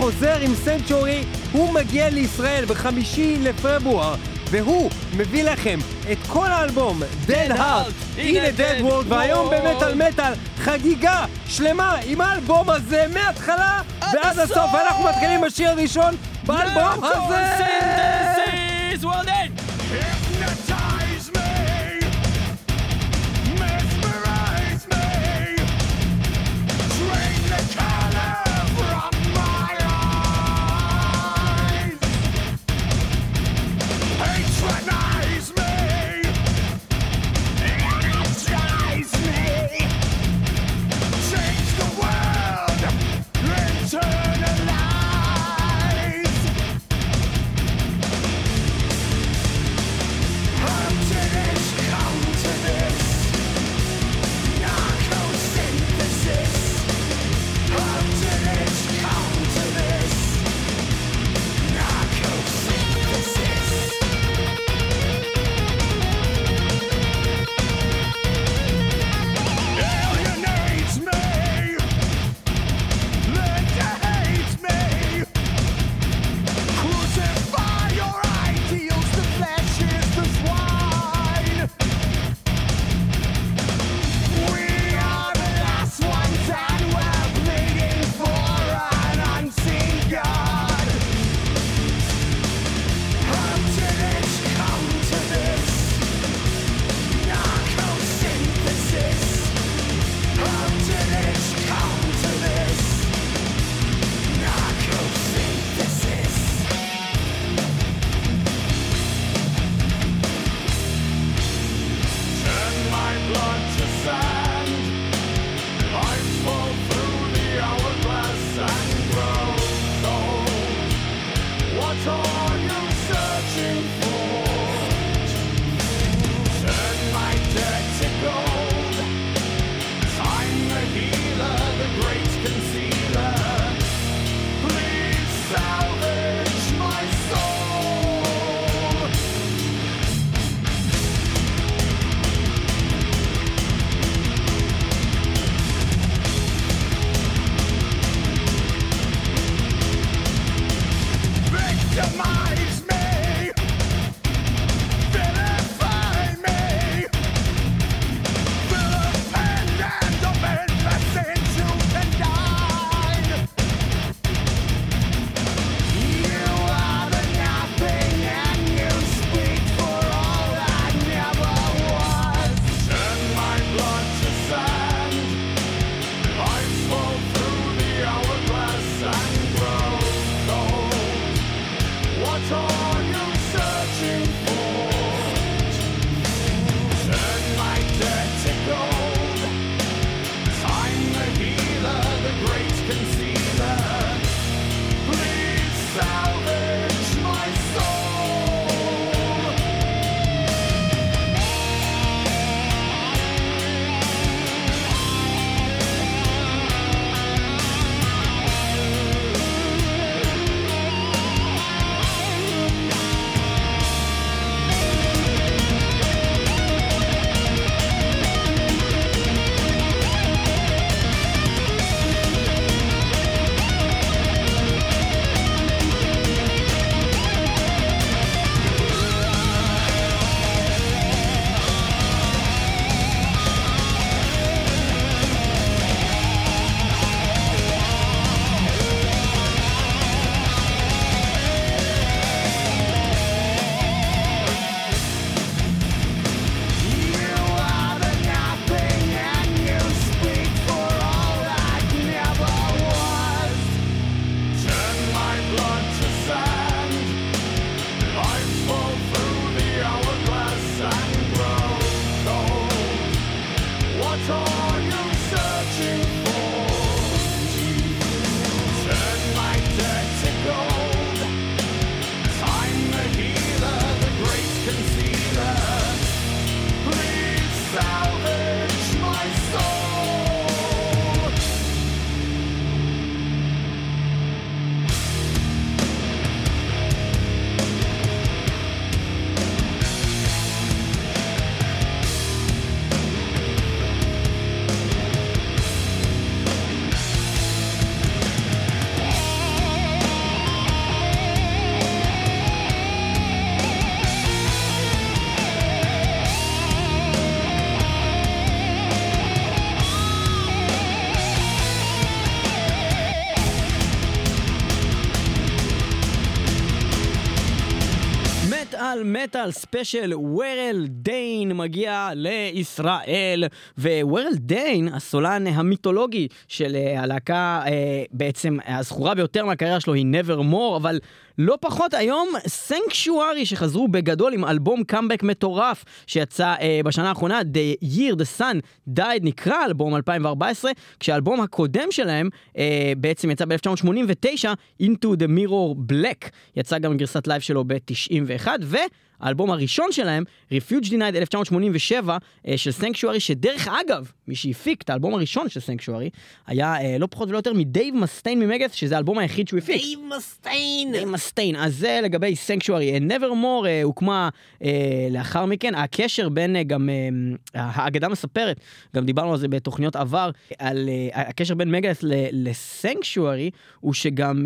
חוזר עם סנצ'ורי, הוא מגיע לישראל ב5 לפברואר, והוא מביא לכם את כל האלבום Dead Heart in a Dead World, והיום במטל מטל חגיגה שלמה עם האלבום הזה מההתחלה ועד הסוף. אנחנו מתחילים בשיר הראשון באלבום הזה. Hypnotize me, mesmerize me, drain the color from my eyes, patronize me, energize me, change the world, internalize. מטל ספיישל וורל דיין מגיע לישראל, ווורל דיין, הסולן המיתולוגי של הלהקה, בעצם הזכורה ביותר מהקריירה שלו היא Nevermore, אבל לא פחות היום סנקשוארי שחזרו בגדול עם אלבום קאמבק מטורף שיצא בשנה האחרונה, The Year the Sun Died נקרא אלבום 2014, כשהאלבום הקודם שלהם בעצם יצא ב-1989, Into the Mirror Black, יצא גם גרסת לייב שלו ב-91, האלבום הראשון שלהם, Refuge Denied 1987, של סנקשוארי, שדרך אגב, מי שהפיק את האלבום הראשון של סנקשוארי, היה לא פחות ולא יותר מדייב מסטיין ממגת, שזה האלבום היחיד שהוא הפיק. דייב מסטיין! דייב מסטיין. אז זה לגבי סנקשוארי. Nevermore הוקמה לאחר מכן, הקשר בין גם, האגדה מספרת, גם דיברנו על זה בתוכניות עבר, על הקשר בין מגת לסנקשוארי, הוא שגם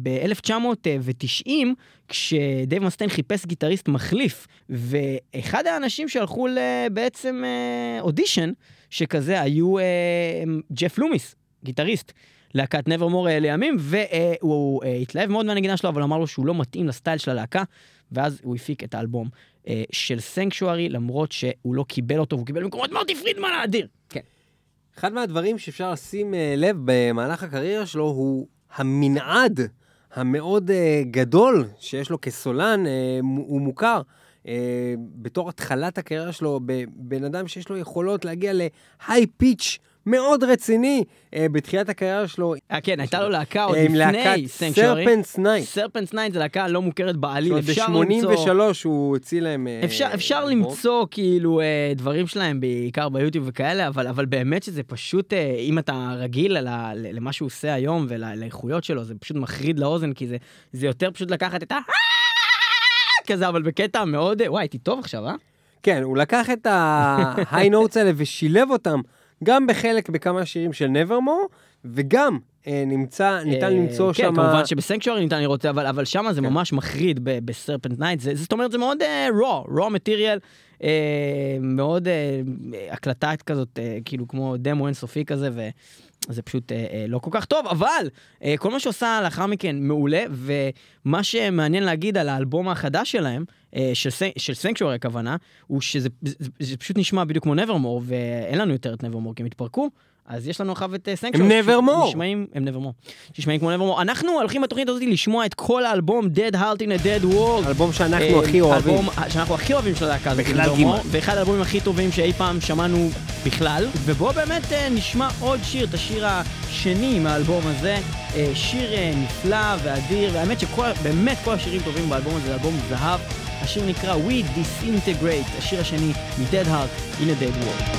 ב-1990, כשדייב מסטיין חיפש גיטריסט מחליף, ואחד האנשים שהלכו בעצם אודישן, שכזה היו ג'ף לומיס, גיטריסט, להקת Nevermore לימים, והוא התלהב מאוד מהנגינה שלו, אבל אמר לו שהוא לא מתאים לסטייל של הלהקה, ואז הוא הפיק את האלבום של סנקשוארי, למרות שהוא לא קיבל אותו, והוא קיבל במקומות מוטי פרידמן האדיר. כן. אחד מהדברים שאפשר לשים לב במהלך הקריירה שלו, הוא המנעד המאוד גדול שיש לו כסולן, הוא מוכר בתור התחלת הקריירה שלו, בן אדם שיש לו יכולות להגיע להיי פיץ' מאוד רציני בתחילת הקריירה שלו. כן, הייתה לו להקה עוד לפני סנקשוארי. סרפנטס נייט. סרפנטס נייט זה להקה לא מוכרת בעליל. ב-83 הוא הציל להם. אפשר למצוא כאילו דברים שלהם בעיקר ביוטיוב וכאלה, אבל באמת שזה פשוט, אם אתה רגיל למה שהוא עושה היום ולאיכויות שלו, זה פשוט מחריד לאוזן, כי זה יותר פשוט לקחת את כזה, אבל בקטע מאוד, וואי, הייתי טוב עכשיו, כן, הוא לקח את ההיי נוטס האלה ושילב אותם גם בחלק בכמה שירים של Nevermore, וגם ניתן למצוא שם... כן, כמובן שבסנקשוארי ניתן לראות, אבל שם זה ממש מחריד בסרפנט נייט, זאת אומרת, זה מאוד raw material, מאוד הקלטה כזאת, כאילו כמו דמו אינסופי כזה, זה פשוט לא כל כך טוב, אבל כל מה שעושה לאחר מכן מעולה, ומה שמעניין להגיד על האלבום החדש שלהם, של סנקשוארי הכוונה, הוא שזה פשוט נשמע בדיוק כמו Nevermore, ואין לנו יותר את Nevermore, כי הם התפרקו, אז יש לנו אחר את סנקשוארי. הם Nevermore. הם Nevermore. נשמעים כמו Nevermore. אנחנו הולכים בתוכנית הזאת לשמוע את כל האלבום Dead Heart in a Dead World. אלבום שאנחנו הכי אוהבים. אלבום שאנחנו הכי אוהבים של הלהקה הזאת. בכלל כמעט. ואחד האלבומים הכי טובים שאי פעם שמענו בכלל. ובוא באמת נשמע עוד שיר, את השיר השני מהאלבום הזה. שיר נפלא ואדיר, והאמת שבאמת כל השירים טובים באלבום הזה, זה אלבום זהב. השיר נקרא We Disintegrate, השיר השני מ-Dead Heart in a Dead World.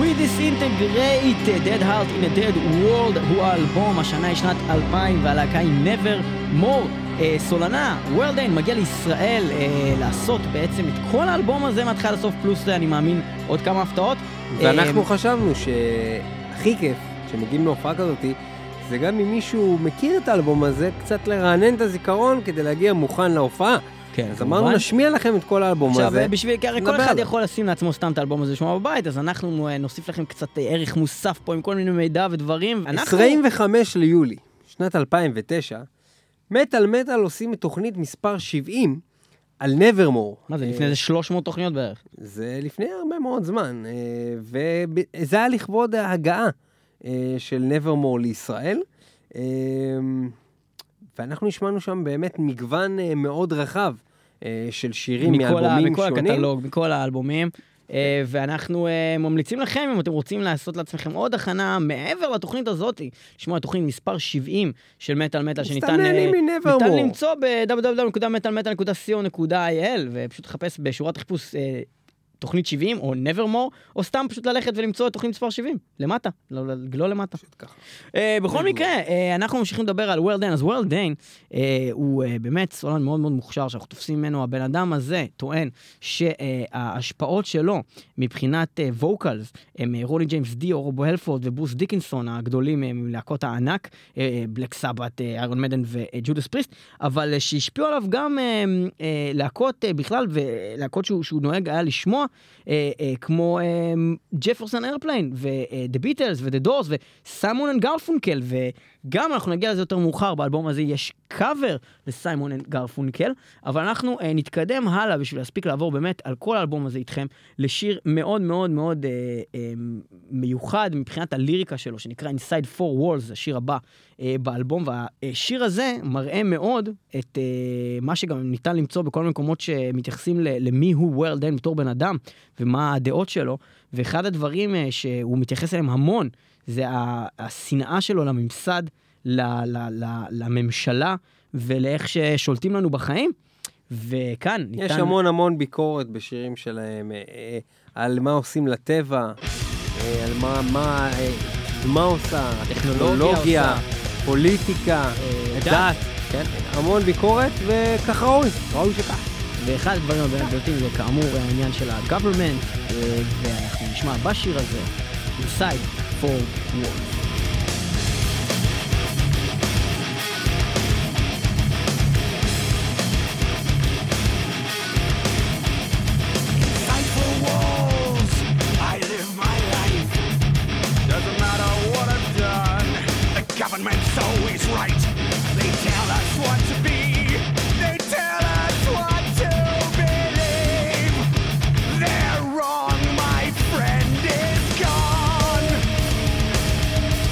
We Disintegrate, Dead Heart in a Dead World הוא האלבום, השנה היא שנת 2000 והלהקה היא Nevermore. סולנה, וורלדיין מגיע לישראל לעשות בעצם את כל האלבום הזה מהתחלה לסוף, פלוס אני מאמין עוד כמה הפתעות. ואנחנו חשבנו שהכי כיף שמגיעים להופעה כזאת זה גם אם מישהו מכיר את האלבום הזה, קצת לרענן את הזיכרון כדי להגיע מוכן להופעה. כן, אז אמרנו נשמיע לכם את כל האלבום הזה. עכשיו, בשביל, כי הרי כל אחד יכול לשים לעצמו סתם את האלבום הזה לשמוע בבית, אז אנחנו נוסיף לכם קצת ערך מוסף פה עם כל מיני מידע ודברים. 25 ליולי, שנת 2009, מטל עושים את תוכנית מספר 70 על Nevermore. מה זה, לפני זה 300 תוכניות בערך? זה לפני הרבה מאוד זמן, וזה היה לכבוד ההגעה של Nevermore לישראל, ואנחנו נשמענו שם באמת מגוון מאוד רחב של שירים מאלבומים מכל שונים. הקטלוג, מכל האלבומים, ואנחנו ממליצים לכם, אם אתם רוצים לעשות לעצמכם עוד הכנה מעבר לתוכנית הזאת, לשמוע תוכנית מספר 70 של מטל שניתן למצוא ב-www.metalmetal.co.il, ופשוט לחפש בשורת החיפוש תוכנית 70 או Nevermore, או סתם פשוט ללכת ולמצוא את תוכנית מספר 70, למטה, לא למטה. בכל מקרה, אנחנו ממשיכים לדבר על וורלדיין. אז וורלדיין הוא באמת סולן מאוד מאוד מוכשר, שאנחנו תופסים ממנו. הבן אדם הזה טוען שההשפעות שלו מבחינת ווקלס הם רוני ג'יימס דיו, רובו הלפורד וברוס דיקנסון הגדולים מלהקות הענק, בלק סבת, איירון מדן וג'ודס פריסט, אבל שהשפיעו עליו גם להקות בכלל, ולהקות שהוא נוהג היה לשמוע, כמו ג'פרסון איירפליין ודה ביטלס ודה דורס וסיימון אנד גרפונקל, וגם אנחנו נגיע לזה יותר מאוחר. באלבום הזה יש קאבר לסיימון אנד גרפונקל, אבל אנחנו נתקדם הלאה בשביל להספיק לעבור באמת על כל האלבום הזה איתכם לשיר מאוד מאוד מאוד מיוחד מבחינת הליריקה שלו, שנקרא Inside Four Walls, השיר הבא באלבום. והשיר הזה מראה מאוד את מה שגם ניתן למצוא בכל מיני מקומות שמתייחסים למי הוא וורלדיין בתור בן אדם ומה הדעות שלו, ואחד הדברים שהוא מתייחס אליהם המון זה השנאה שלו לממסד, לממשלה ולאיך ששולטים לנו בחיים. וכאן ניתן... יש המון ביקורת בשירים שלהם על מה עושים לטבע, על מה עושה, טכנולוגיה, פוליטיקה, דת, כן? המון ביקורת, וככה ראוי שכך. ואחד הדברים הבולטים זה כאמור העניין של ה-government, ואנחנו נשמע בשיר הזה Inside Four Walls. Government's always right. They tell us what to be. They tell us what to believe. They're wrong, my friend is gone.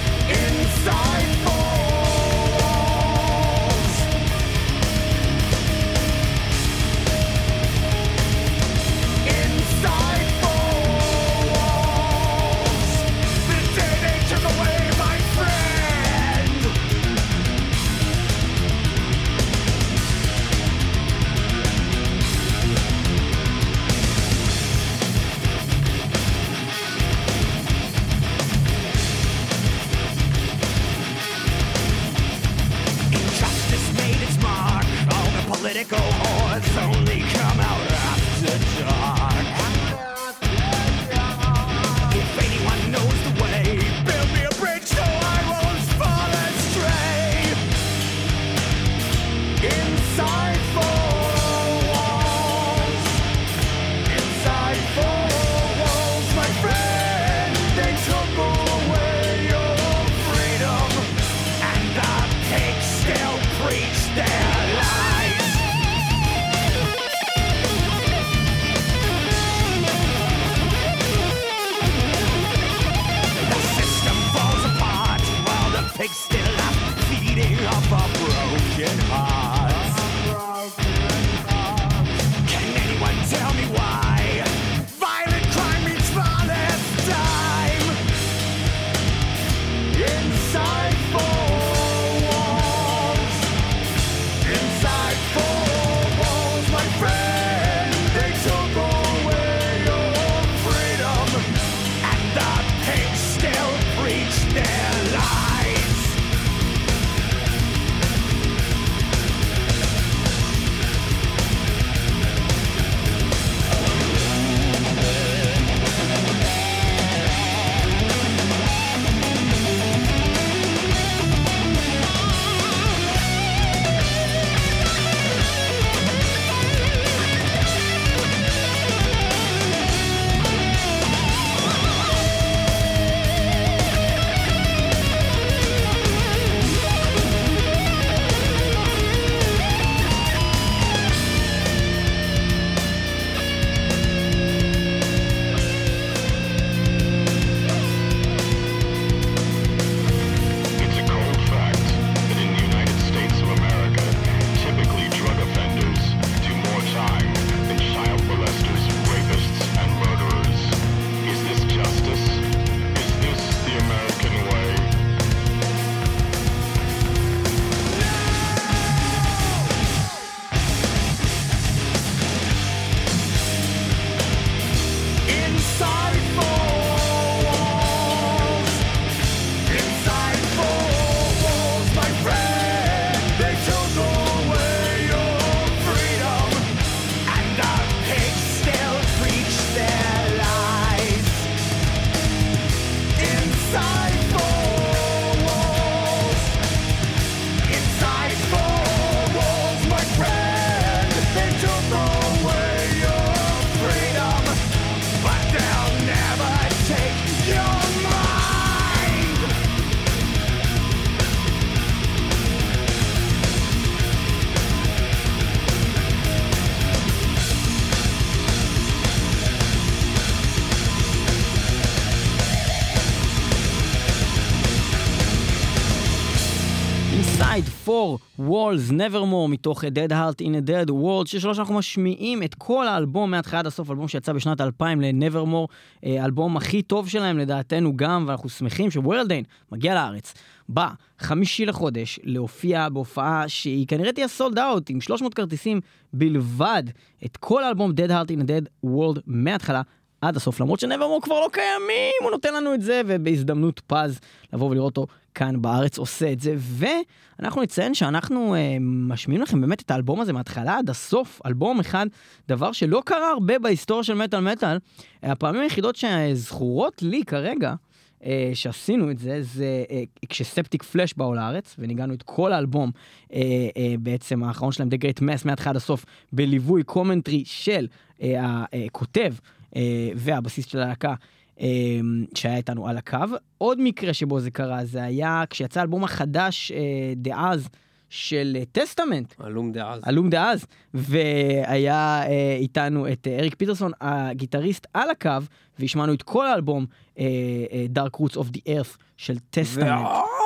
Inside Four Walls Nevermore מתוך Dead Heart in a Dead World, ששלוש אנחנו משמיעים את כל האלבום מההתחלה עד הסוף, אלבום שיצא בשנת 2000 ל-Nevermore, האלבום הכי טוב שלהם לדעתנו גם, ואנחנו שמחים שוורלדיין מגיע לארץ ב-5 לחודש להופיע בהופעה שהיא כנראה תהיה סולד אאוט עם 300 כרטיסים בלבד, את כל האלבום Dead Heart in a Dead World מההתחלה עד הסוף, למרות שנברמור כבר לא קיימים, הוא נותן לנו את זה, ובהזדמנות פז לבוא ולראות אותו כאן בארץ עושה את זה, ואנחנו נציין שאנחנו משמיעים לכם באמת את האלבום הזה מההתחלה עד הסוף, אלבום אחד, דבר שלא קרה הרבה בהיסטוריה של מטל מטל, הפעמים היחידות שזכורות לי כרגע, שעשינו את זה, זה כשספטיק פלאש באו לארץ, וניגענו את כל האלבום, בעצם האחרון שלהם, The Great Mass, מההתחלה עד הסוף, בליווי קומנטרי של הכותב, והבסיס של הלהקה שהיה איתנו על הקו. עוד מקרה שבו זה קרה, זה היה כשיצא האלבום החדש דאז של טסטמנט. אלום דאז. והיה איתנו את אריק פיטרסון, הגיטריסט על הקו, והשמענו את כל האלבום Dark Roots of the Earth של טסטמנט.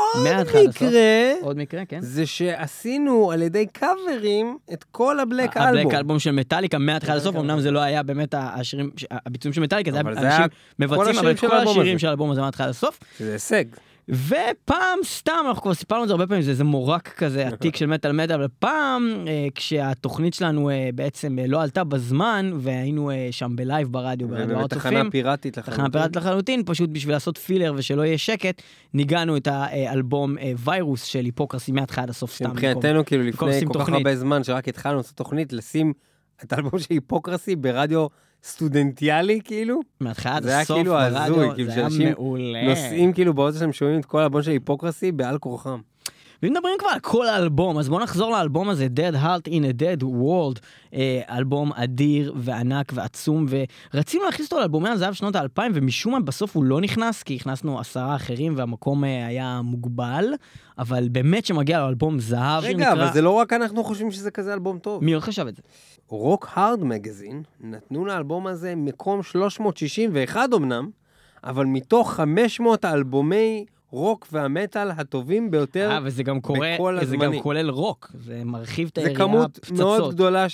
עוד מקרה, כן. זה שעשינו על ידי קאברים את כל הבלק אלבום. הבלק אלבום של מטאליקה מההתחלה לסוף, אמנם זה לא היה באמת הביצועים של מטאליקה, זה היה אנשים מבצעים, אבל את כל השירים של האלבום הזה מההתחלה לסוף. זה הישג. ופעם סתם, אנחנו כבר סיפרנו את זה הרבה פעמים, זה מורק כזה עתיק של מטל מטל, אבל פעם כשהתוכנית שלנו בעצם לא עלתה בזמן, והיינו שם בלייב ברדיו, ברדיו הצופים, תחנה פיראטית לחלוטין, פשוט בשביל לעשות פילר ושלא יהיה שקט, ניגענו את האלבום ויירוס של היפוקרסי מההתחלה עד הסוף סתם. מבחינתנו כאילו לפני כל כך הרבה זמן שרק התחלנו לעשות תוכנית, לשים את האלבום של היפוקרסי ברדיו סטודנטיאלי, כאילו. מהתחלה עד זה היה הסוף כאילו ברדיו, הזוי, זה היה מעולה. נוסעים כאילו באוטו שהם שומעים את כל האלבום של היפוקרסי בעל כורחם. ואם מדברים כבר על כל האלבום, אז בואו נחזור לאלבום הזה, Dead Heart in a Dead World, אלבום אדיר וענק ועצום, ורצינו להכניס אותו לאלבומי הזהב שנות ה-2000, ומשום מה בסוף הוא לא נכנס, כי הכנסנו 10 אחרים, והמקום היה מוגבל, אבל באמת שמגיע לו אלבום זהב, רגע, אבל זה לא רק אנחנו חושבים שזה כזה אלבום טוב. מי עוד חשב את זה? רוק הארד מגזין נתנו לאלבום הזה מקום 361 אמנם, אבל מתוך 500 האלבומי רוק והמטל הטובים ביותר וזה גם קורה, בכל הזמנים. זה גם כולל רוק, זה מרחיב את היריעה פצצות. זה כמות מאוד גדולה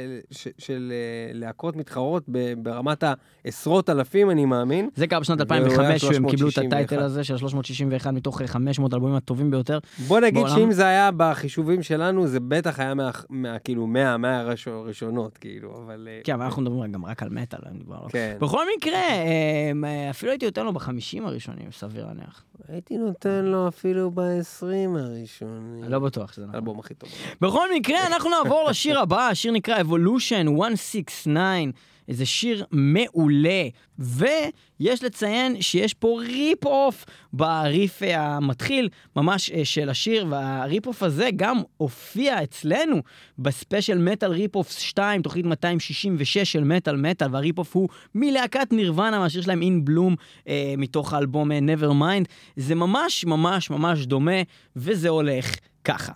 של להקות מתחרות ברמת העשרות אלפים, אני מאמין. זה קרה בשנת 2005, שהם קיבלו את הטייטל הזה של 361 מתוך 500 אלבומים הטובים ביותר. בוא נגיד שאם זה היה בחישובים שלנו, זה בטח היה כאילו 100 הראשונות, כאילו, אבל... כן, אבל אנחנו מדברים גם רק על מטל. כן. בכל מקרה, אפילו הייתי יותר לו ב50 הראשונים, סביר להניח. הייתי נותן לו אפילו ב-20 הראשונים. לא בטוח שזה נכון. האלבום הכי טוב. בכל מקרה, אנחנו נעבור לשיר הבא, השיר נקרא Evolution 169, איזה שיר מעולה, ויש לציין שיש פה ריפ-אוף בריף המתחיל, ממש של השיר, והריפ-אוף הזה גם הופיע אצלנו בספיישל מטל ריפ-אוף 2, תוכנית 266 של מטל מטל, והריפ-אוף הוא מלהקת נירוונה, מהשיר שלהם In Bloom, מתוך האלבום Nevermind. זה ממש ממש ממש דומה, וזה הולך ככה.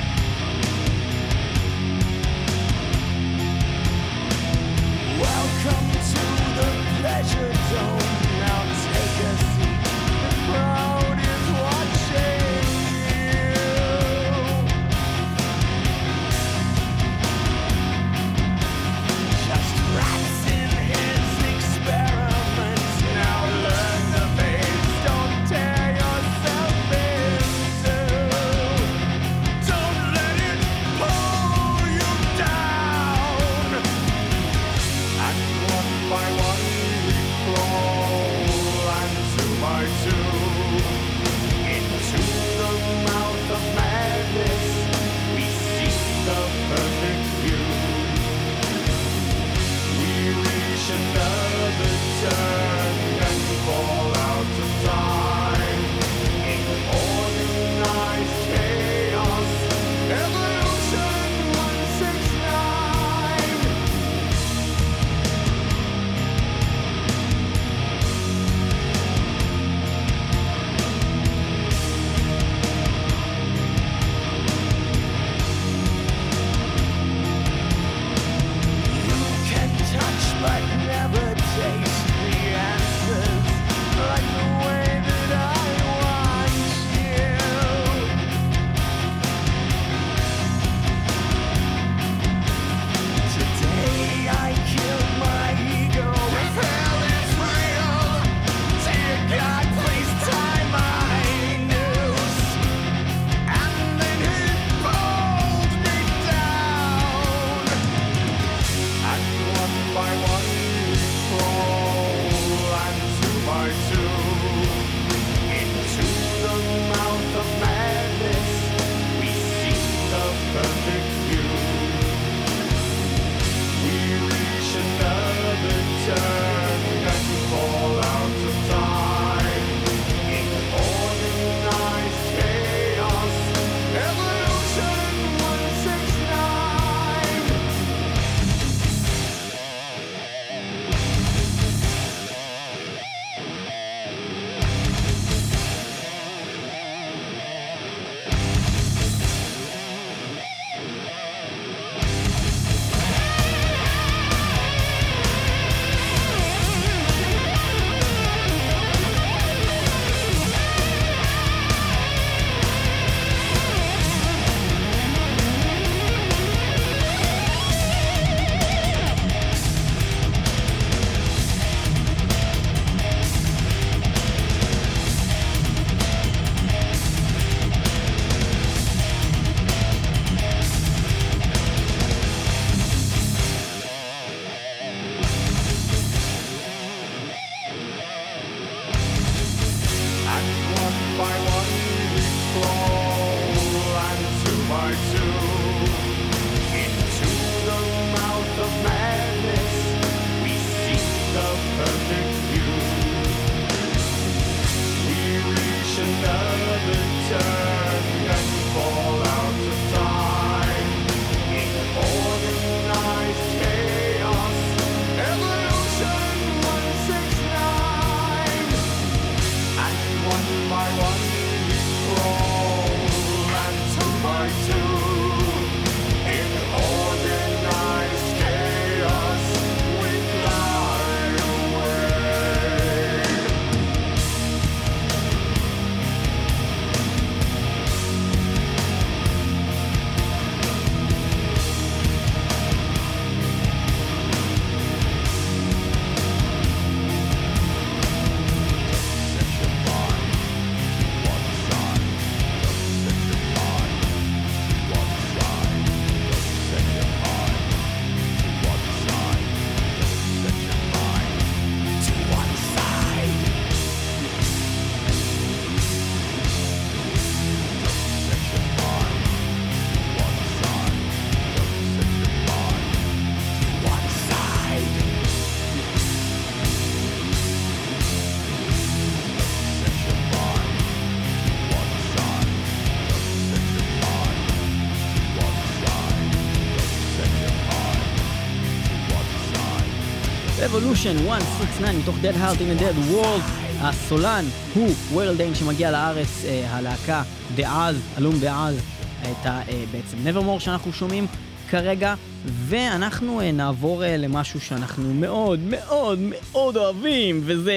Welcome heaven turn and fall out of time in organized chaos. Evolution 169, and one by one we crawl, and two by two in organized chaos we glide away. Revolution 169 מתוך Dead Heart in a Dead World. הסולן הוא ווירל דיין שמגיע לארץ, הלהקה דאז, אלום דאז, הייתה בעצם Nevermore שאנחנו שומעים כרגע, ואנחנו נעבור למשהו שאנחנו מאוד מאוד מאוד אוהבים, וזה...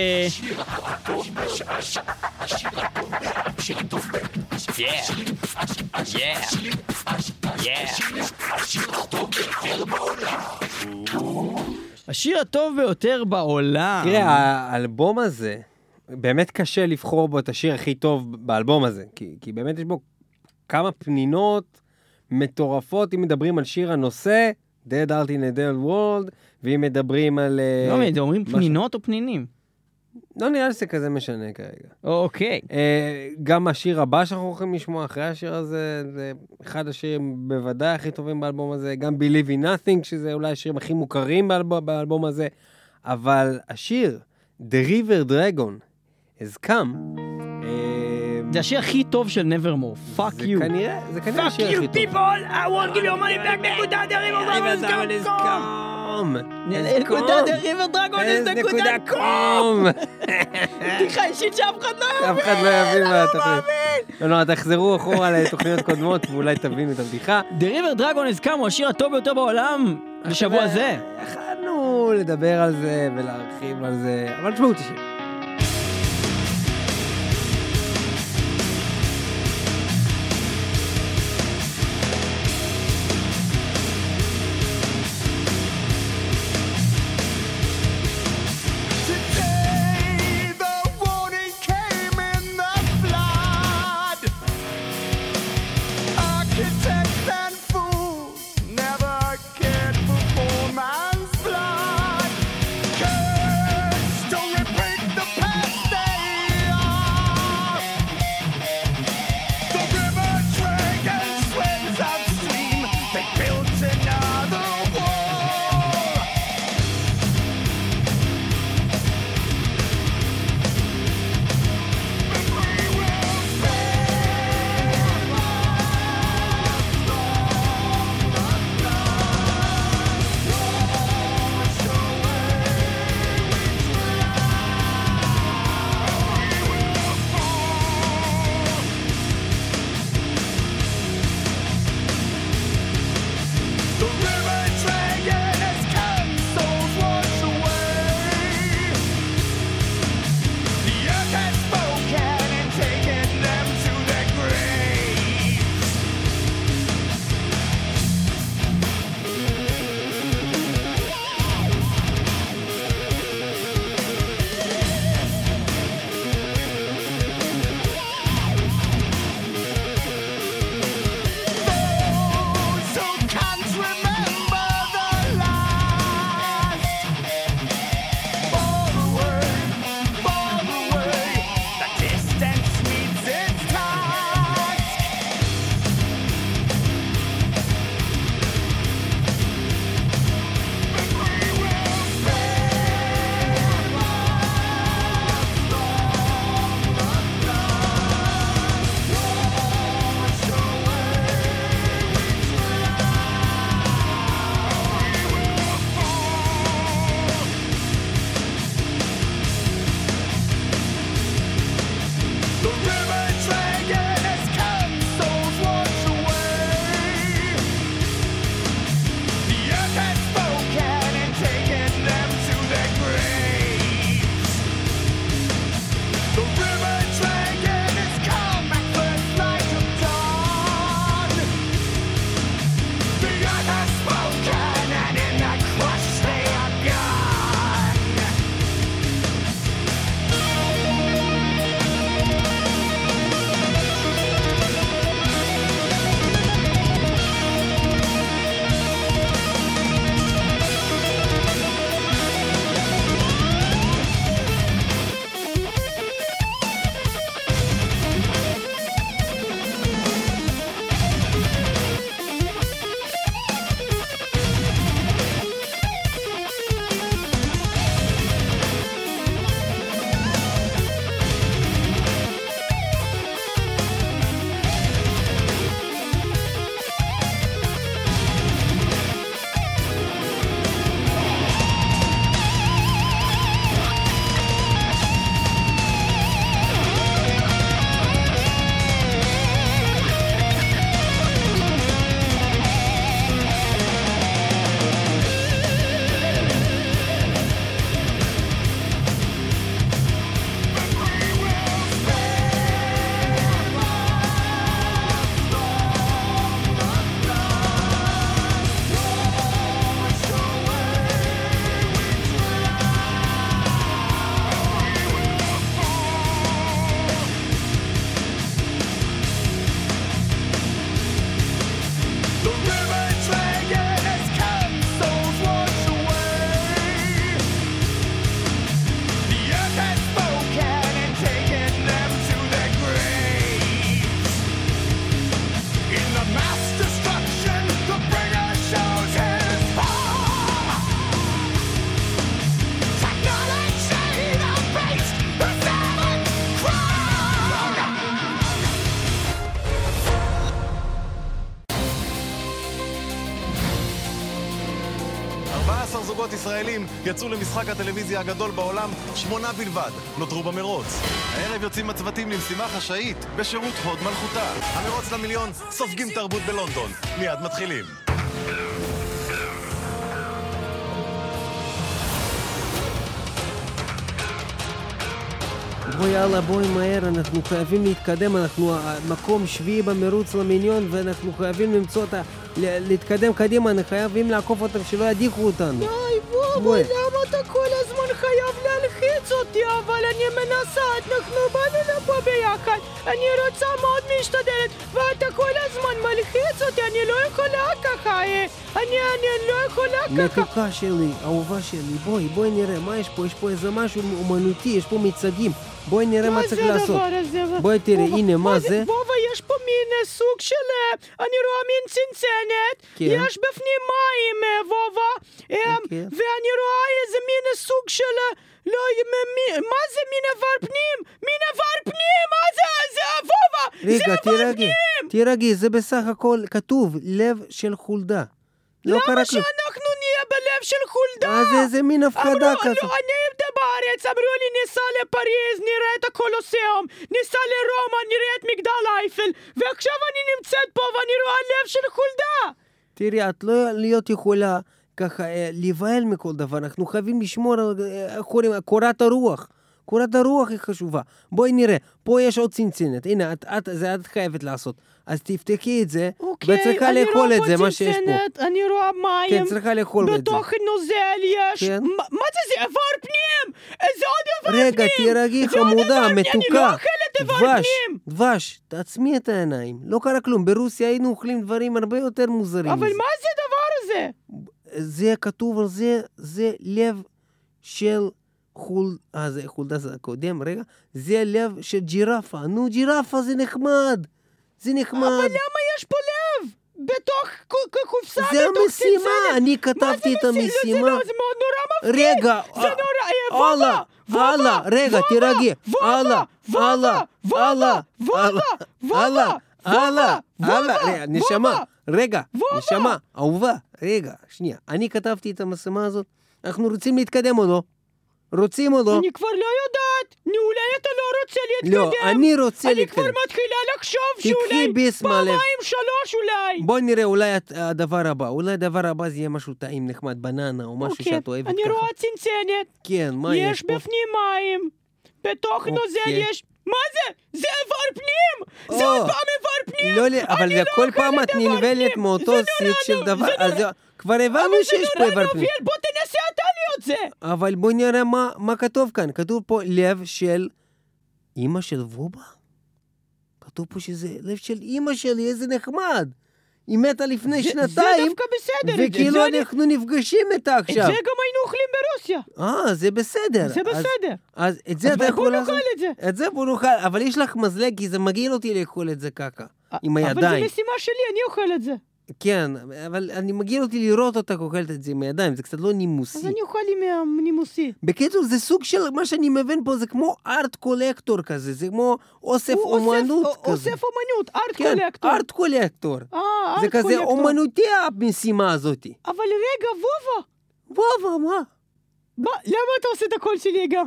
השיר הטוב ביותר בעולם. תראה, האלבום הזה, באמת קשה לבחור בו את השיר הכי טוב באלבום הזה, כי באמת יש בו כמה פנינות מטורפות, אם מדברים על שיר הנושא, Dead Heart in a Dead World, ואם מדברים על... לא, אומרים פנינות או פנינים? לא נראה שזה כזה משנה כרגע. אוקיי. גם השיר הבא שאנחנו הולכים לשמוע אחרי השיר הזה, זה אחד השירים בוודאי הכי טובים באלבום הזה, גם Believe in Nothing, שזה אולי השירים הכי מוכרים באלבום הזה, אבל השיר, The River Dragon, has come, זה השיר הכי טוב של Nevermore, Fuck you. זה כנראה השיר הכי טוב. Fuck you people, I won't give your money back, נקודה, The River Dragon is come. נקודה, The River Dragon is נקודה come. פתיחה אישית שאף אחד לא יבין. אף אחד לא יבין מה התוכנית. לא, תחזרו אחורה לתוכניות קודמות, ואולי תבינו את הבדיחה. The River Dragon is come הוא השיר הטוב ביותר בעולם לשבוע זה. יכלנו לדבר על זה ולהרחיב על זה, אבל תשמעו את השיר. Break זוגות ישראלים יצאו למשחק הטלוויזיה הגדול בעולם, 8 בלבד נותרו במרוץ. הערב יוצאים הצוותים למשימה חשאית בשירות הוד מלכותה. המרוץ למיליון, סופגים תרבות בלונדון. מיד מתחילים. בואי יאללה, בואי מהר, אנחנו חייבים להתקדם, אנחנו מקום שביעי במרוץ למיליון ואנחנו חייבים למצוא להתקדם קדימה, אנחנו חייבים לעקוף אותם שלא ידיחו אותנו. די, בואי, למה אתה כל הזמן חייב להלחיץ אותי? אבל אני מנסה, אנחנו באנו לפה ביחד, אני רוצה מאוד משתדלת, ואתה כל הזמן מלחיץ אותי, אני לא יכולה ככה, אני לא יכולה ככה. מתוקה שלי, אהובה שלי, בואי נראה, מה יש פה? יש פה איזה משהו אומנותי, יש פה מצעדים. בואי נראה מה צריך לעשות. בואי תראי, הנה, מה זה? בובה, יש פה מין סוג של... אני רואה מין צנצנת. יש בפנים מים, בובה. ואני רואה איזה מין סוג של... לא, מה זה מין עבר פנים? מין עבר פנים! מה זה? זה בובה! זה עבר פנים! תירגעי, זה בסך הכל כתוב, לב של חולדה. למה שאנחנו נהיה בלב של חולדה? אז איזה מין הפחדה כזאת. לא, אני אבדה בארץ, אמרו לי ניסע לפריז, נראה את הקולוסיאום, ניסע לרומא, נראה את מגדל אייפל, ועכשיו אני נמצאת פה ואני רואה לב של חולדה. תראי, את לא להיות יכולה ככה להיבהל מכל דבר, אנחנו חייבים לשמור על קורת הרוח. קורת הרוח היא חשובה. בואי נראה, פה יש עוד צנצנת, הנה, זה את חייבת לעשות. אז תפתחי את זה, וצריכה לאכול את זה, מה שיש פה. אני רואה מים. כן, צריכה לאכול את זה. בתוך נוזל יש. כן. מה זה עבר פנים? איזה עוד עבר פנים? רגע, תירגעי חמודה, מתוקה. אני לא אוכלת עבר פנים. דבש, תעצמי את העיניים. לא קרה כלום, ברוסיה היינו אוכלים דברים הרבה יותר מוזרים. אבל מה זה הדבר הזה? זה כתוב על זה, זה לב של... זה חולדה זה הקודם, רגע, זה לב של ג'ירפה, נו ג'ירפה זה נחמד, זה נחמד. אבל למה יש פה לב? בתוך קופסה, זה המשימה, אני כתבתי את המשימה. זה מאוד נורא מפחיד. רגע, זה נורא, וואלה, רגע, תירגעי. וואלה, נשמה, אהובה, רגע, שנייה, אני כתבתי את המשימה הזאת, אנחנו רוצים להתקדם או לא? רוצים או לא? אני כבר לא יודעת. אולי אתה לא רוצה להתקדם. לא, אני רוצה להתקדם. אני כבר מתחילה לחשוב שאולי פעמיים שלוש אולי. בואי נראה, אולי הדבר הבא. אולי הדבר הבא זה יהיה משהו טעים נחמד, בננה או משהו שאת אוהבת ככה. אני רואה צנצנת. כן, מה יש פה? יש בפנים מים. בתוך נוזל יש... מה זה? זה עבר פנים! זה עוד פעם עבר פנים! לא, אבל כל פעם את ננבלת מאותו סיק של דבר. כבר הבנו שיש פה עבר פנים. בוא תנסה אתה להיות זה. אבל בוא נראה מה כתוב כאן. כתוב פה לב של אמא של וובה. כתוב פה שזה לב של אמא שלי, איזה נחמד. היא מתה לפני שנתיים. זה דווקא בסדר. וכאילו אנחנו נפגשים איתה עכשיו. את זה גם היינו אוכלים ברוסיה. זה בסדר. זה בסדר. אז את זה אתה יכול לעשות. בוא נאכל את זה. את זה בוא נאכל, אבל יש לך מזלג, כי זה מגעיל אותי לאכול את זה ככה. עם הידיים. אבל זה משימה שלי, אני אוכל את זה. כן, אבל אני מגיע אותי לראות אותה אוכלת את זה עם הידיים, זה קצת לא נימוסי. אז אני אוכל עם נימוסי. בקיצור, זה סוג של, מה שאני מבין פה, זה כמו ארט קולקטור כזה, זה כמו אוסף אומנות כזה. אוסף אומנות, ארט כן, קולקטור. ארט קולקטור. ארט זה קולקטור. כזה אומנותי המשימה הזאת. אבל רגע, וובה, מה? למה אתה עושה את הקול שלי גם?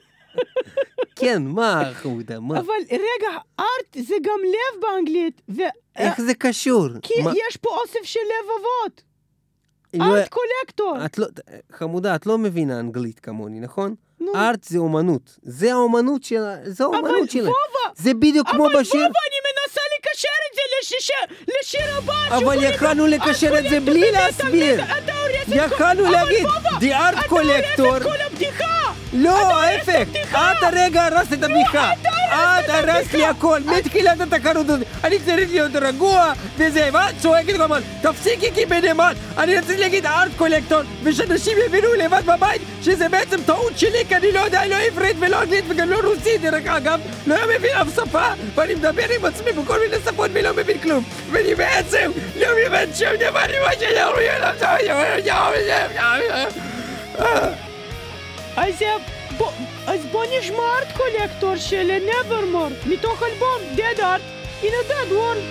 כן, מה, חודה, מה? אבל רגע, ארט זה גם לב באנגלית. איך זה קשור? כי יש פה אוסף של לבבות. ארט קולקטור. חמודה, את לא מבינה אנגלית כמוני, נכון? ארט זה אומנות. זה האומנות שלה. זה האומנות שלה. זה בדיוק כמו בשיר. אבל בובה, אני מנסה לקשר את זה לשיר הבא. אבל יכלנו לקשר את זה בלי להסביר. יכלנו להגיד, The Art Collector. אתה הורס את כל הבדיחה. לא, ההפך. את הרגע הרסת את הבדיחה. את הרסת לי הכל. מתחילת התקרות הזאת. אני צריך להיות רגוע וזה. ואת צועקת כל הזמן. תפסיקי כי בנאמן. אני רציתי להגיד ארט קולקטור, ושאנשים יבינו לבד בבית שזה בעצם טעות שלי, כי אני לא יודע לא עברית ולא אנגלית וגם לא רוסית, דרך אגב, לא מבין אף שפה, ואני מדבר עם עצמי בכל מיני שפות ולא מבין כלום, ואני בעצם לא מבין שום דבר ממה שאני אז בוא נשמע ארט קולקטור של נברמור, מתוך אלבום Dead Art in a Dead World.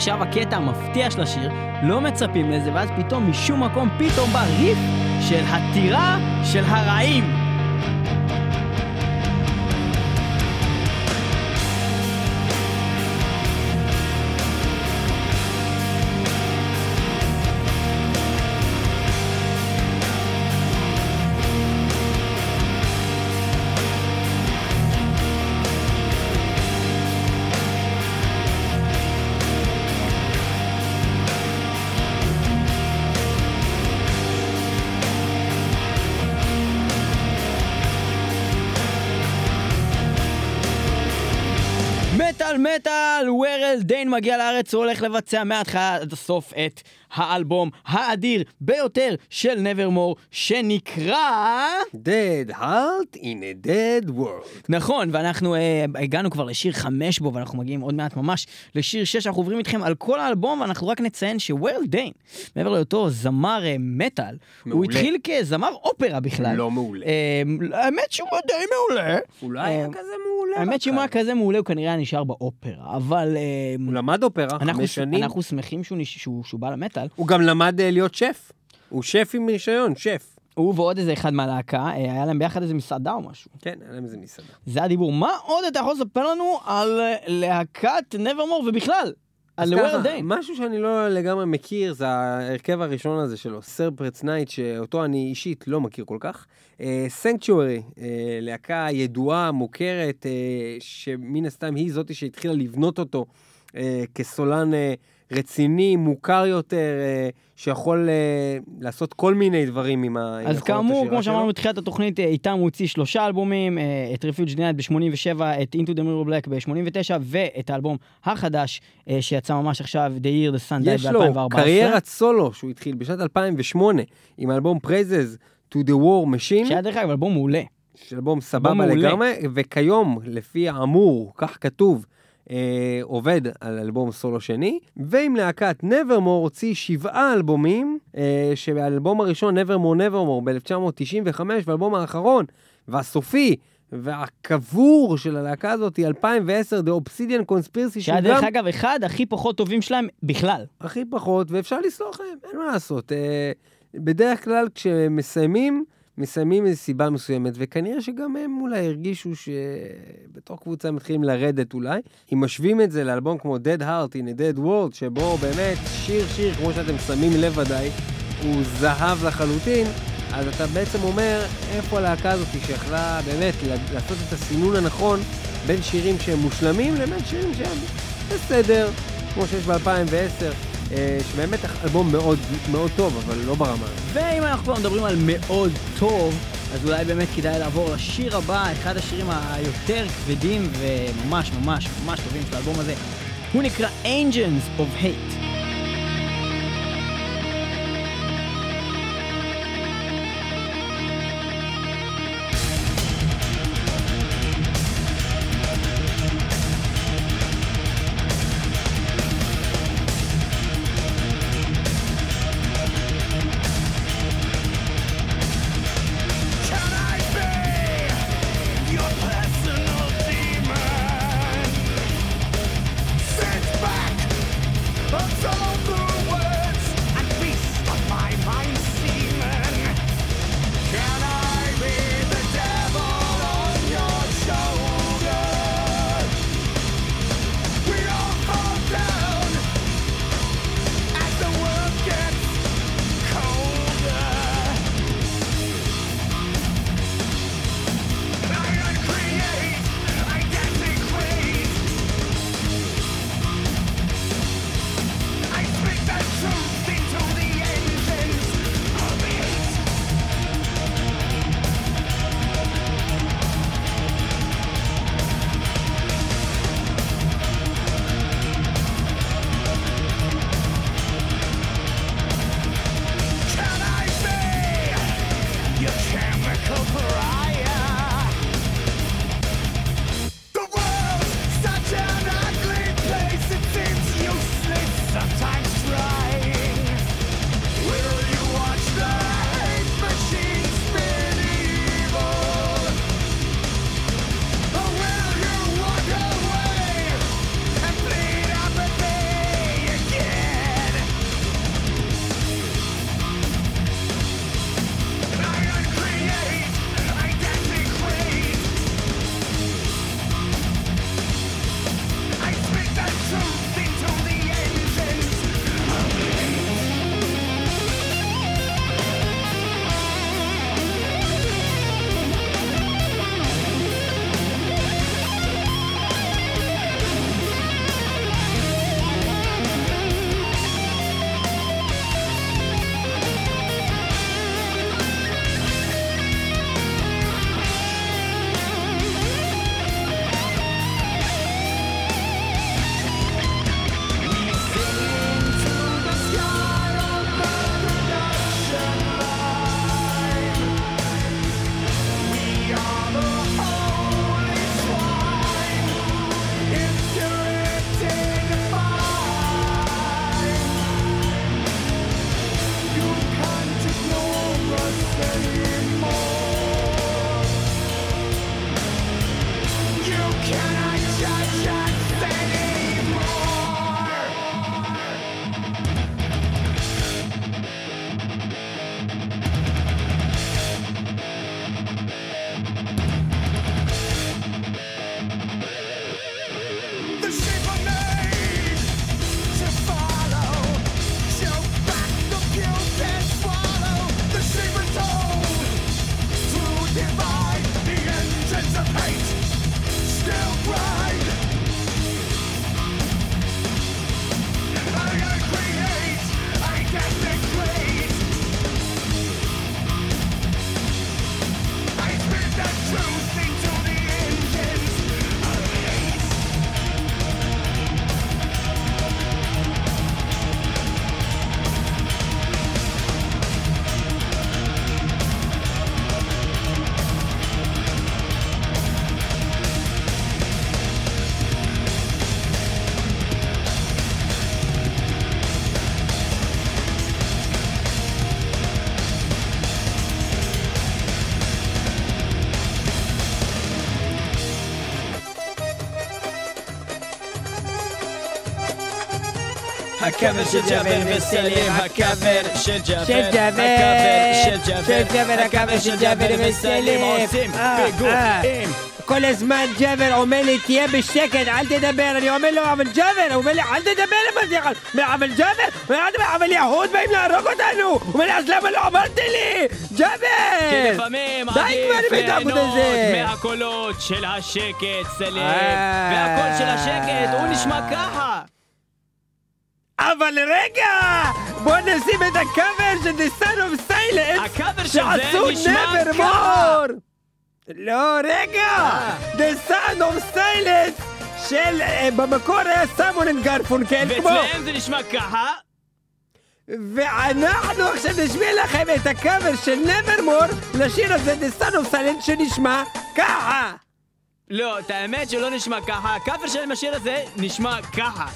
עכשיו הקטע המפתיע של השיר, לא מצפים לזה, ואז פתאום משום מקום פתאום בא ריף של הטירה של הרעים. מטל, ווירל דיין מגיע לארץ, הוא הולך לבצע מההתחלה עד הסוף את האלבום האדיר ביותר של נברמור, שנקרא Dead Heart in a Dead World. נכון, ואנחנו הגענו כבר לשיר 5 בו, ואנחנו מגיעים עוד מעט ממש לשיר 6, אנחנו עוברים איתכם על כל האלבום, ואנחנו רק נציין שווירל דיין, מעבר לאותו זמר מטל, הוא התחיל כזמר אופרה בכלל. לא מעולה. האמת שהוא די מעולה. הוא לא היה כזה מעולה. האמת שהוא היה כזה מעולה, הוא כנראה נשאר באופרה, אבל הוא למד אופרה 5 שנים. אנחנו שמחים שהוא בא למטל. הוא גם למד להיות שף. הוא שף עם רישיון, שף. הוא ועוד איזה אחד מהלהקה, היה להם ביחד איזה מסעדה או משהו. כן, היה להם איזה מסעדה. זה הדיבור. מה עוד אתה יכול לספר לנו על להקת נברמור ובכלל? על ווירל דיין. משהו שאני לא לגמרי מכיר, זה ההרכב הראשון הזה שלו, סרפרטס נייט, שאותו אני אישית לא מכיר כל כך. סנקצ'וארי, להקה ידועה, מוכרת, שמן הסתם היא זאתי שהתחילה לבנות אותו כסולן רציני, מוכר יותר, שיכול לעשות כל מיני דברים עם היכולות השירה שלו. אז כאמור, כמו שאמרנו בתחילת התוכנית, איתם הוא הוציא 3 אלבומים, את Refuge Denied ב-87, את Into the Mirror Black ב-89, ואת האלבום החדש שיצא ממש עכשיו, The Year the Sun Died ב-2014. יש לו קריירת סולו שהוא התחיל בשנת 2008, עם האלבום Praises to the War Machine. שהיה דרך אגב, אלבום מעולה. אלבום סבבה לגמרי, וכיום, לפי האמור, כך כתוב, עובד על אלבום סולו שני, ועם להקת נברמור הוציא 7 אלבומים, שהאלבום הראשון נברמור ב-1995, והאלבום האחרון והסופי והקבור של הלהקה הזאת היא 2010, The Obsidian Conspiracy, שהיה דרך אגב אחד הכי פחות טובים שלהם בכלל. הכי פחות, ואפשר לסלוח להם, אין מה לעשות. בדרך כלל כשמסיימים איזו סיבה מסוימת, וכנראה שגם הם אולי הרגישו שבתוך קבוצה מתחילים לרדת אולי. אם משווים את זה לאלבום כמו Dead Heart in a Dead World, שבו באמת שיר, כמו שאתם שמים לב ודאי, הוא זהב לחלוטין, אז אתה בעצם אומר איפה הלהקה הזאת שיכלה באמת לעשות את הסינון הנכון בין שירים שהם מושלמים לבין שירים שהם בסדר, כמו שיש ב-2010. שבאמת אלבום מאוד מאוד טוב, אבל לא ברמה. ואם אנחנו כבר מדברים על מאוד טוב, אז אולי באמת כדאי לעבור לשיר הבא, אחד השירים היותר כבדים וממש ממש ממש טובים של האלבום הזה. הוא נקרא Angels of Hate. Back! הקאבר של ג'אבר וסלים, הקאבר של ג'אבר, של ג'אבר, הקאבר של ג'אבר וסלים עושים פיגועים. כל הזמן ג'אבר אומר לי תהיה בשקט, אל תדבר. אני אומר לו אבל ג'אבר, הוא אומר לי אל תדבר. אבל ג'אבר, אבל יהוד באים להרוג אותנו. הוא אומר לי אז למה לא אמרתי לי ג'אבר? כי לפעמים עדיף ליהנות מהקולות של השקט סלים, והקול של השקט הוא נשמע ככה. אבל רגע, בוא נשים את הקאבר של The Son of Silence הקאבר של זה נשמע Nevermore. ככה. לא, רגע, The Son of Silence של במקור היה סמון אנד גרפונקל כמו, ואצלם זה נשמע ככה. ואנחנו עכשיו נשמיע לכם את הקאבר של Nevermore לשיר הזה The Son of Silence שנשמע ככה. לא, את האמת שלא נשמע ככה, הקאבר של השיר הזה נשמע ככה.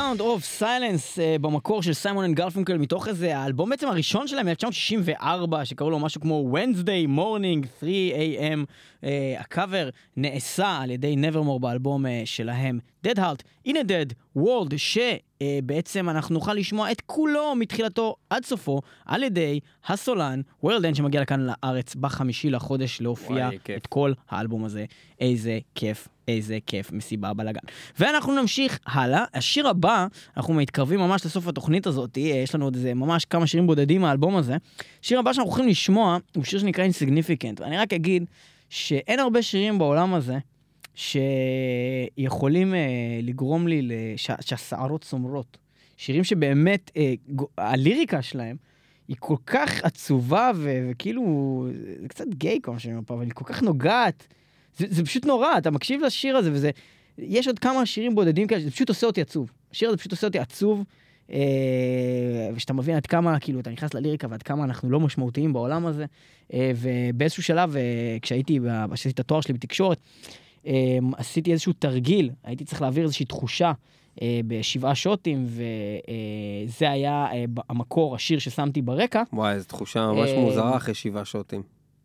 Sound of Silence במקור של סיימון אנד גרפונקל, מתוך איזה האלבום בעצם הראשון שלהם מ-1964 שקראו לו משהו כמו Wednesday Morning 3 AM. הקאבר נעשה על ידי Nevermore באלבום שלהם Dead Heart in a Dead World, שבעצם אנחנו נוכל לשמוע את כולו מתחילתו עד סופו על ידי הסולן ווירל דיין, שמגיע לכאן לארץ ב5 לחודש להופיע את כל האלבום הזה. איזה כיף, איזה כיף, מסיבה בלגן. ואנחנו נמשיך הלאה. השיר הבא, אנחנו מתקרבים ממש לסוף התוכנית הזאת, יש לנו עוד איזה ממש כמה שירים בודדים מהאלבום הזה. השיר הבא שאנחנו הולכים לשמוע הוא שיר שנקרא Insignificant, ואני רק אגיד שאין הרבה שירים בעולם הזה שיכולים לגרום לי שהשערות סומרות. שירים שבאמת הליריקה שלהם היא כל כך עצובה וכאילו זה קצת גיי כמו שאני אומר פה, אבל היא כל כך נוגעת. זה פשוט נורא, אתה מקשיב לשיר הזה וזה, יש עוד כמה שירים בודדים כאלה, זה פשוט עושה אותי עצוב. השיר הזה פשוט עושה אותי עצוב, ושאתה מבין עד כמה, כאילו, אתה נכנס לליריקה ועד כמה אנחנו לא משמעותיים בעולם הזה, ובאיזשהו שלב, כשהייתי את התואר שלי בתקשורת, עשיתי איזשהו תרגיל, הייתי צריך להעביר איזושהי תחושה ב7 שוטים, וזה היה המקור, השיר ששמתי ברקע. וואי, איזו תחושה ממש מוזרה אחרי 7 שוטים.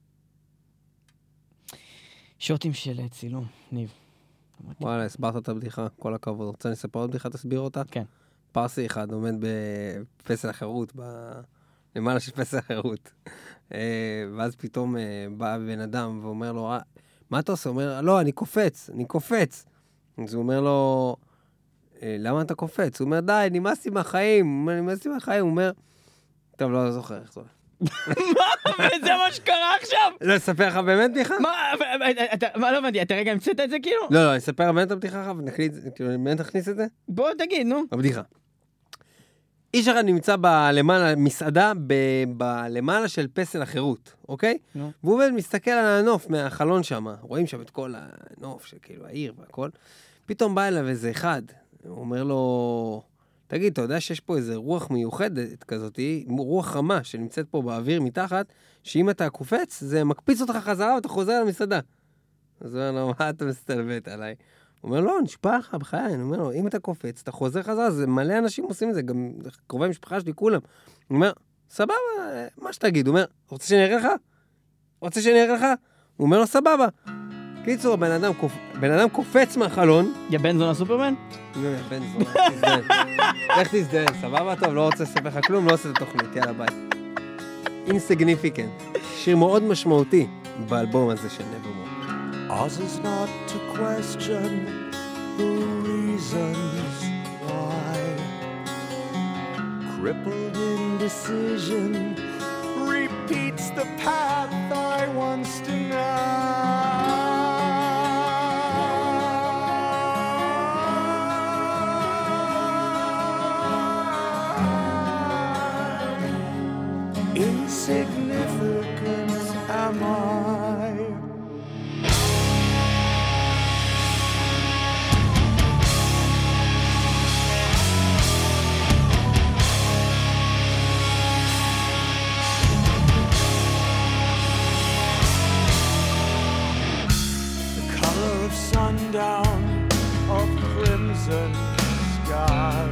שוטים של צילום, ניב. וואלה, הסברת את הבדיחה, כל הכבוד. רוצה לספר עוד בדיחה, תסביר אותה? כן. פרסי אחד עומד בפסל החירות, למעלה של פסל החירות. ואז פתאום בא בן אדם ואומר לו, מה אתה עושה? הוא אומר, לא, אני קופץ. אז הוא אומר לו, למה אתה קופץ? הוא אומר, די, נמאסתי מהחיים. הוא אומר, טוב, לא זוכר איך זה. וזה מה שקרה עכשיו? לא, אספר לך באמת בדיחה? מה, לא הבנתי, אתה רגע המצאת את זה כאילו? לא, אני אספר באמת את הבדיחה לך, באמת תכניס את זה? בוא תגיד, נו. הבדיחה. איש אחד נמצא בלמעלה, מסעדה בלמעלה של פסל החירות, אוקיי? והוא באמת מסתכל על הנוף מהחלון שם, רואים שם את כל הנוף של כאילו העיר והכל. פתאום בא אליו איזה אחד, הוא אומר לו, תגיד, אתה יודע שיש פה איזה רוח מיוחדת כזאת, רוח רמה שנמצאת פה באוויר מתחת, שאם אתה קופץ, זה מקפיץ אותך חזרה ואתה חוזר למסעדה. אז הוא אומר לו, מה אתה מסתלבט עליי? הוא אומר, לא, נשפע לך בחיי. הוא אומר לו, אם אתה קופץ, אתה חוזר חזרה, זה מלא אנשים עושים את זה, גם קרובי משפחה שלי, כולם. הוא אומר, סבבה, מה שתגיד? הוא אומר, רוצה שאני אראה לך? הוא אומר לו, סבבה. קיצור, בן אדם קופץ מהחלון. יא בן זונה סופרמן? בן זונה, תזדן. איך תזדן, סבבה טוב, לא רוצה לספר לך כלום, לא עושה את התוכנית, יאללה ביי. Insignificant, שיר מאוד משמעותי באלבום הזה של Nevermore. Ours is not to question the reasons why. Crippled indecision repeats the path I once denied. Insignificant am I. Sundown of crimson sky,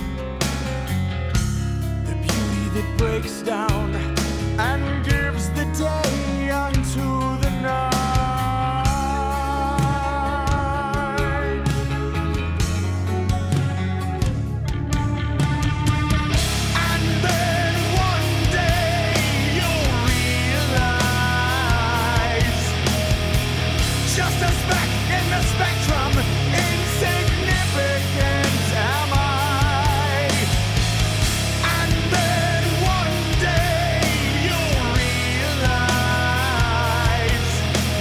the beauty that breaks down and gives the day unto the night. And then one day you'll realize just as back in the spectrum, insignificant am I. And then one day you'll realize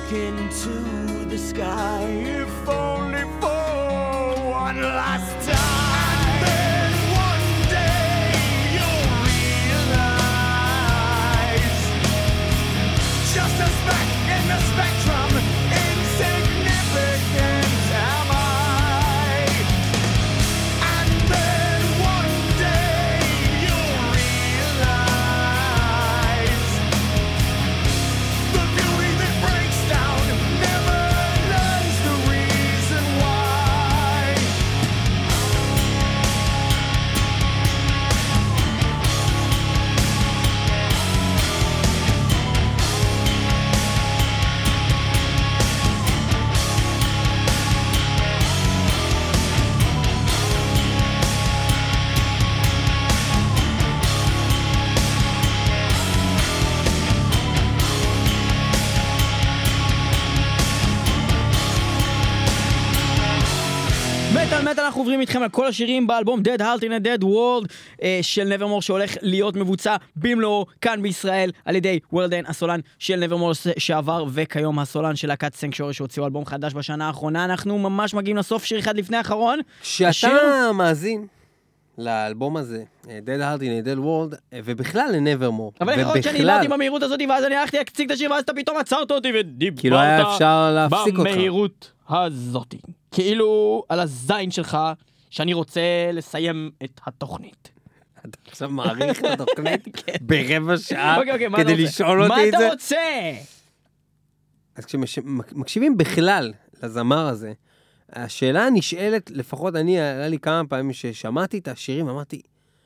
into the sky, if only for one last time. And then one day you'll realize just a speck in the spectrum, insignificant am I. And then one day you'll realize the beauty that breaks down never learns the reason why. מטל, אנחנו עוברים איתכם על כל השירים באלבום Dead Heart in a Dead World של Nevermore, שהולך להיות מבוצע במלואו כאן בישראל על ידי וורלדן, הסולן של Nevermore שעבר וכיום הסולן של להקת Sanctuary שהוציאו אלבום חדש בשנה האחרונה. אנחנו ממש מגיעים לסוף, שיר אחד לפני האחרון. שאתה מאזין לאלבום הזה, Dead Heart in a Dead World, ובכלל ל-Nevermore. אבל יכול להיות שאני נעתי במהירות הזאת, ואז אני הלכתי להציג את השיר, ואז אתה פתאום עצרת אותי ודיברת כי לא היה אפשר להפסיק אותך. במהירות הזאת. כאילו על הזין שלך, שאני רוצה לסיים את התוכנית. אתה עכשיו מעריך את התוכנית ברבע שעה מה כדי אתה לשאול רוצה? אותי את מה זה? אתה רוצה? אז כשמקשיבים בכלל לזמר הזה, השאלה הנשאלת, לפחות היה לי כמה פעמים ששמעתי את השירים, אמרתי,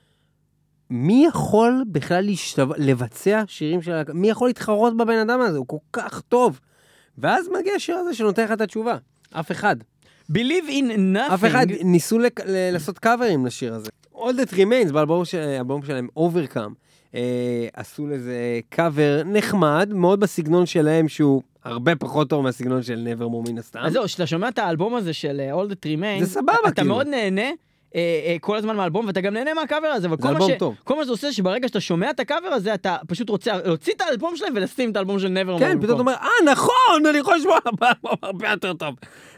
מי יכול בכלל לבצע שירים של... מי יכול להתחרות בבן אדם הזה? הוא כל כך טוב. ואז מגיע השיר הזה שנותן לך את התשובה. אף אחד. Believe in nothing. אף אחד ניסו לעשות קאברים לשיר הזה. All That Remains, באלבום שלהם, Overcome, עשו לזה קאבר נחמד, מאוד בסגנון שלהם, שהוא הרבה פחות טוב מהסגנון של Nevermore מן הסתם. אז זהו, שאתה שומע את האלבום הזה של All That Remains, זה סבבה, אתה כאילו. מאוד נהנה כל הזמן מהאלבום, ואתה גם נהנה מהקאבר הזה, זה אלבום טוב. כל מה שזה עושה, שברגע שאתה שומע את הקאבר הזה, אתה פשוט רוצה להוציא את האלבום שלהם ולשים את האלבום של Nevermore. כן, פתאום אתה אומר, נכון, אני יכול לשמוע הרבה יותר טוב.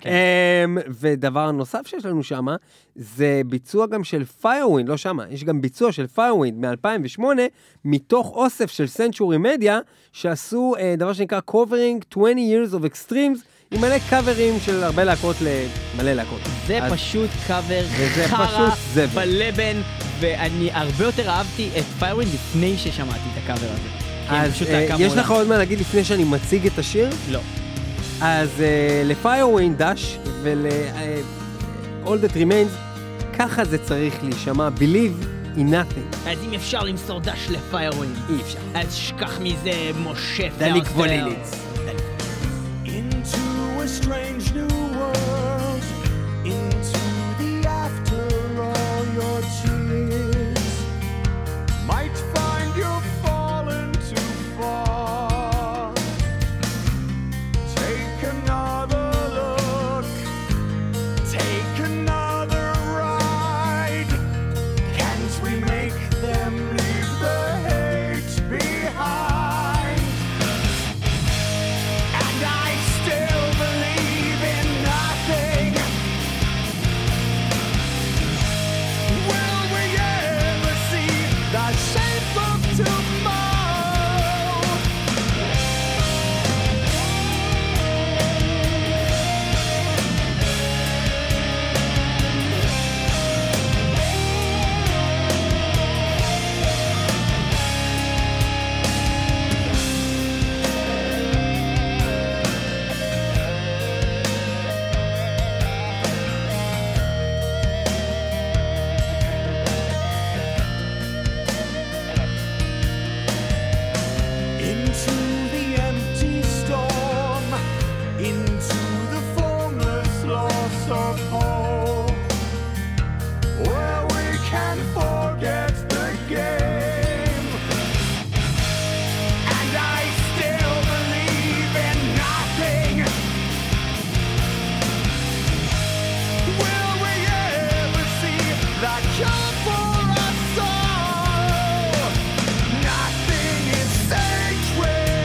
ודבר נוסף שיש לנו שם, זה ביצוע גם של Firewind, לא שם, יש גם ביצוע של Firewind מ-2008, מתוך אוסף של Century Media, שעשו דבר שנקרא Covering 20 Years of Extremes, עם מלא קאברים של הרבה להקות למלא להקות. זה פשוט קאבר חרה בלבן, ואני הרבה יותר אהבתי את Firewind לפני ששמעתי את הקאבר הזה. אז יש לך עוד מה להגיד לפני שאני מציג את השיר? לא. אז ל-Firewind Dash ול-All That Remains, ככה זה צריך להישמע, Believe in Nothing. אז אם אפשר למסור דש ל-Firewind, אי אפשר. אז שכח מזה משה דליק פרסטר. ווליליץ. Into a strange new world, into the after all your tears, might find you've fallen too far. Take another look, take another ride. Can't we make them leave the hate behind? And I still believe in nothing. Will we ever see the shape of tomorrow? Into the empty storm, into the formless loss of hope, where we can forget the game. And I still believe in nothing. Will we ever see the cure for us all? Nothing is sacred.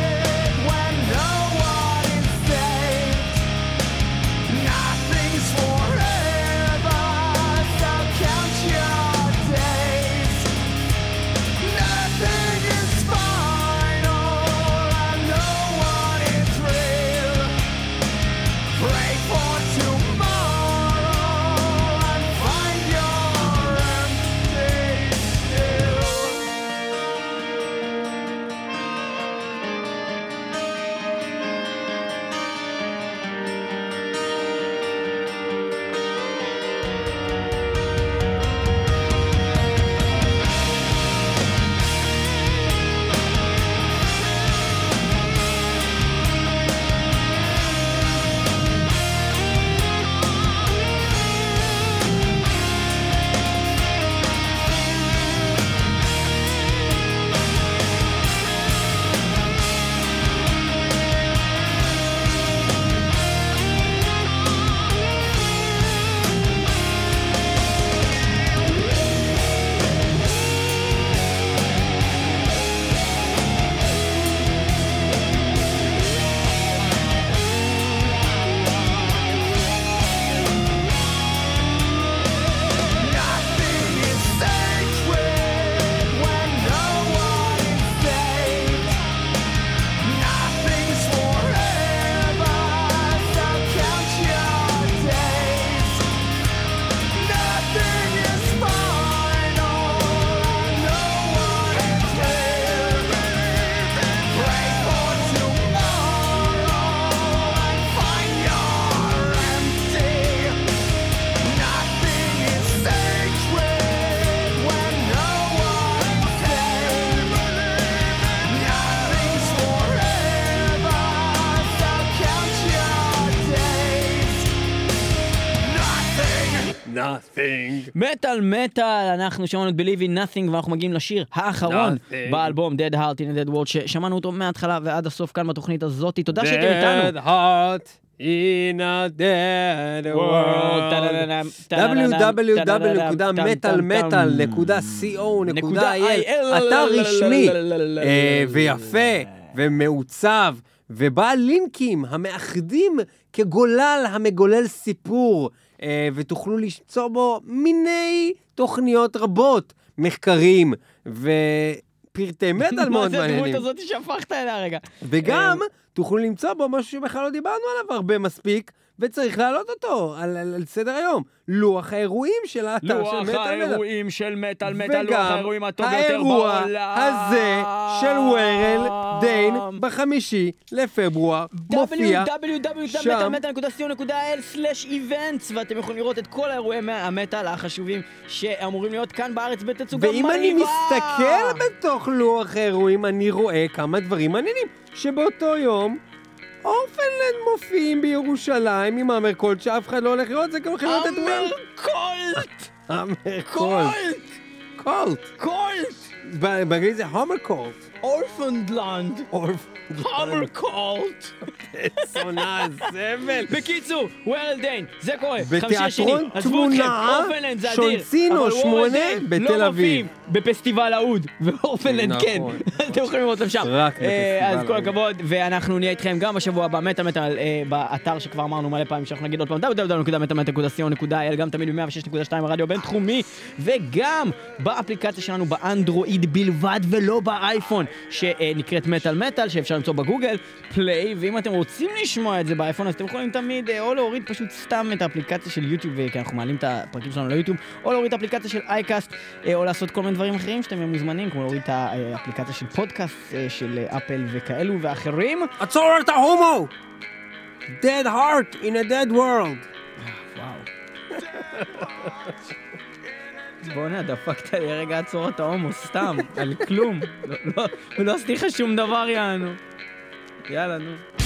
nothing. מטל, אנחנו שמענו את Believe in Nothing, ואנחנו מגיעים לשיר האחרון Nothing. באלבום Dead Heart in a Dead World, ששמענו אותו מההתחלה ועד הסוף כאן בתוכנית הזאת. תודה שהייתם איתנו. Dead heart in a dead world. www.metalmetal.co.il אתר רשמי ויפה ומעוצב ובעל לינקים המאחדים כגולל המגולל סיפור, ותוכלו למצוא בו מיני תוכניות רבות, מחקרים ופרטי מטל מאוד מה זה מעניינים. הדמות הזאת שהפכת אליה רגע? וגם תוכלו למצוא בו משהו שבכלל לא דיברנו עליו הרבה מספיק, וצריך להעלות אותו על סדר היום. לוח האירועים של האתר של לוח מטל. האירועים של מטל, לוח האירועים הטוב ביותר האירוע בעולם. הזה של ורל דיין ב5 לפברואר מופיע שם. www.metalmetal.co.il/events, ואתם יכולים לראות את כל האירועי המטל החשובים שאמורים להיות כאן בארץ בתצוגה מרהיבה. ואם אני מסתכל בתוך לוח האירועים, אני רואה כמה דברים מעניינים. שבאותו יום אורפנלנד מופיעים בירושלים עם אמרקולט, שאף אחד לא הולך לראות, זה גם הולכים לראות את אמרקולט. באנגלית זה המרקולט. אורפנדלנד. המרקולט. שונא זבל. בקיצור, ורל דיין, זה קורה. בתיאטרון תמונה שונצינו 8 בתל אביב. בפסטיבל האוד, ואורפנלנד כן. אתם יכולים לראות שם. רק בפסטיבל אז כל הכבוד, ואנחנו נהיה איתכם גם בשבוע הבא, מטל, באתר שכבר אמרנו מלא פעמים, שאנחנו נגיד עוד פעם, www.metalmetal.co.il, גם תמיד ב-106.2 הרדיו הבינתחומי, וגם באפליקציה שלנו באנדרואיד בלבד ולא באייפון, שנקראת מטל, שאפשר למצוא בגוגל פליי, ואם אתם רוצים לשמוע את זה באייפון, אז אתם יכולים תמיד או להוריד פשוט סתם את האפליקציה של יוטיוב, כי אנחנו מעלים את הפרקים שלנו ליוטיוב, או להוריד את האפליקציה של אייקאסט, או לעשות כל מיני דברים אחרים שאתם מוזמנים, כמו להוריד את האפליקציה של פודקאסט של אפל וכאלו ואחרים. עצור את ההומו! Dead heart in a dead world. וואו. בוא'נה, דפקת לי רגע עצור את ההומו, סתם, על כלום. לא עשיתי לך שום דבר, יענו. יאללה, נו.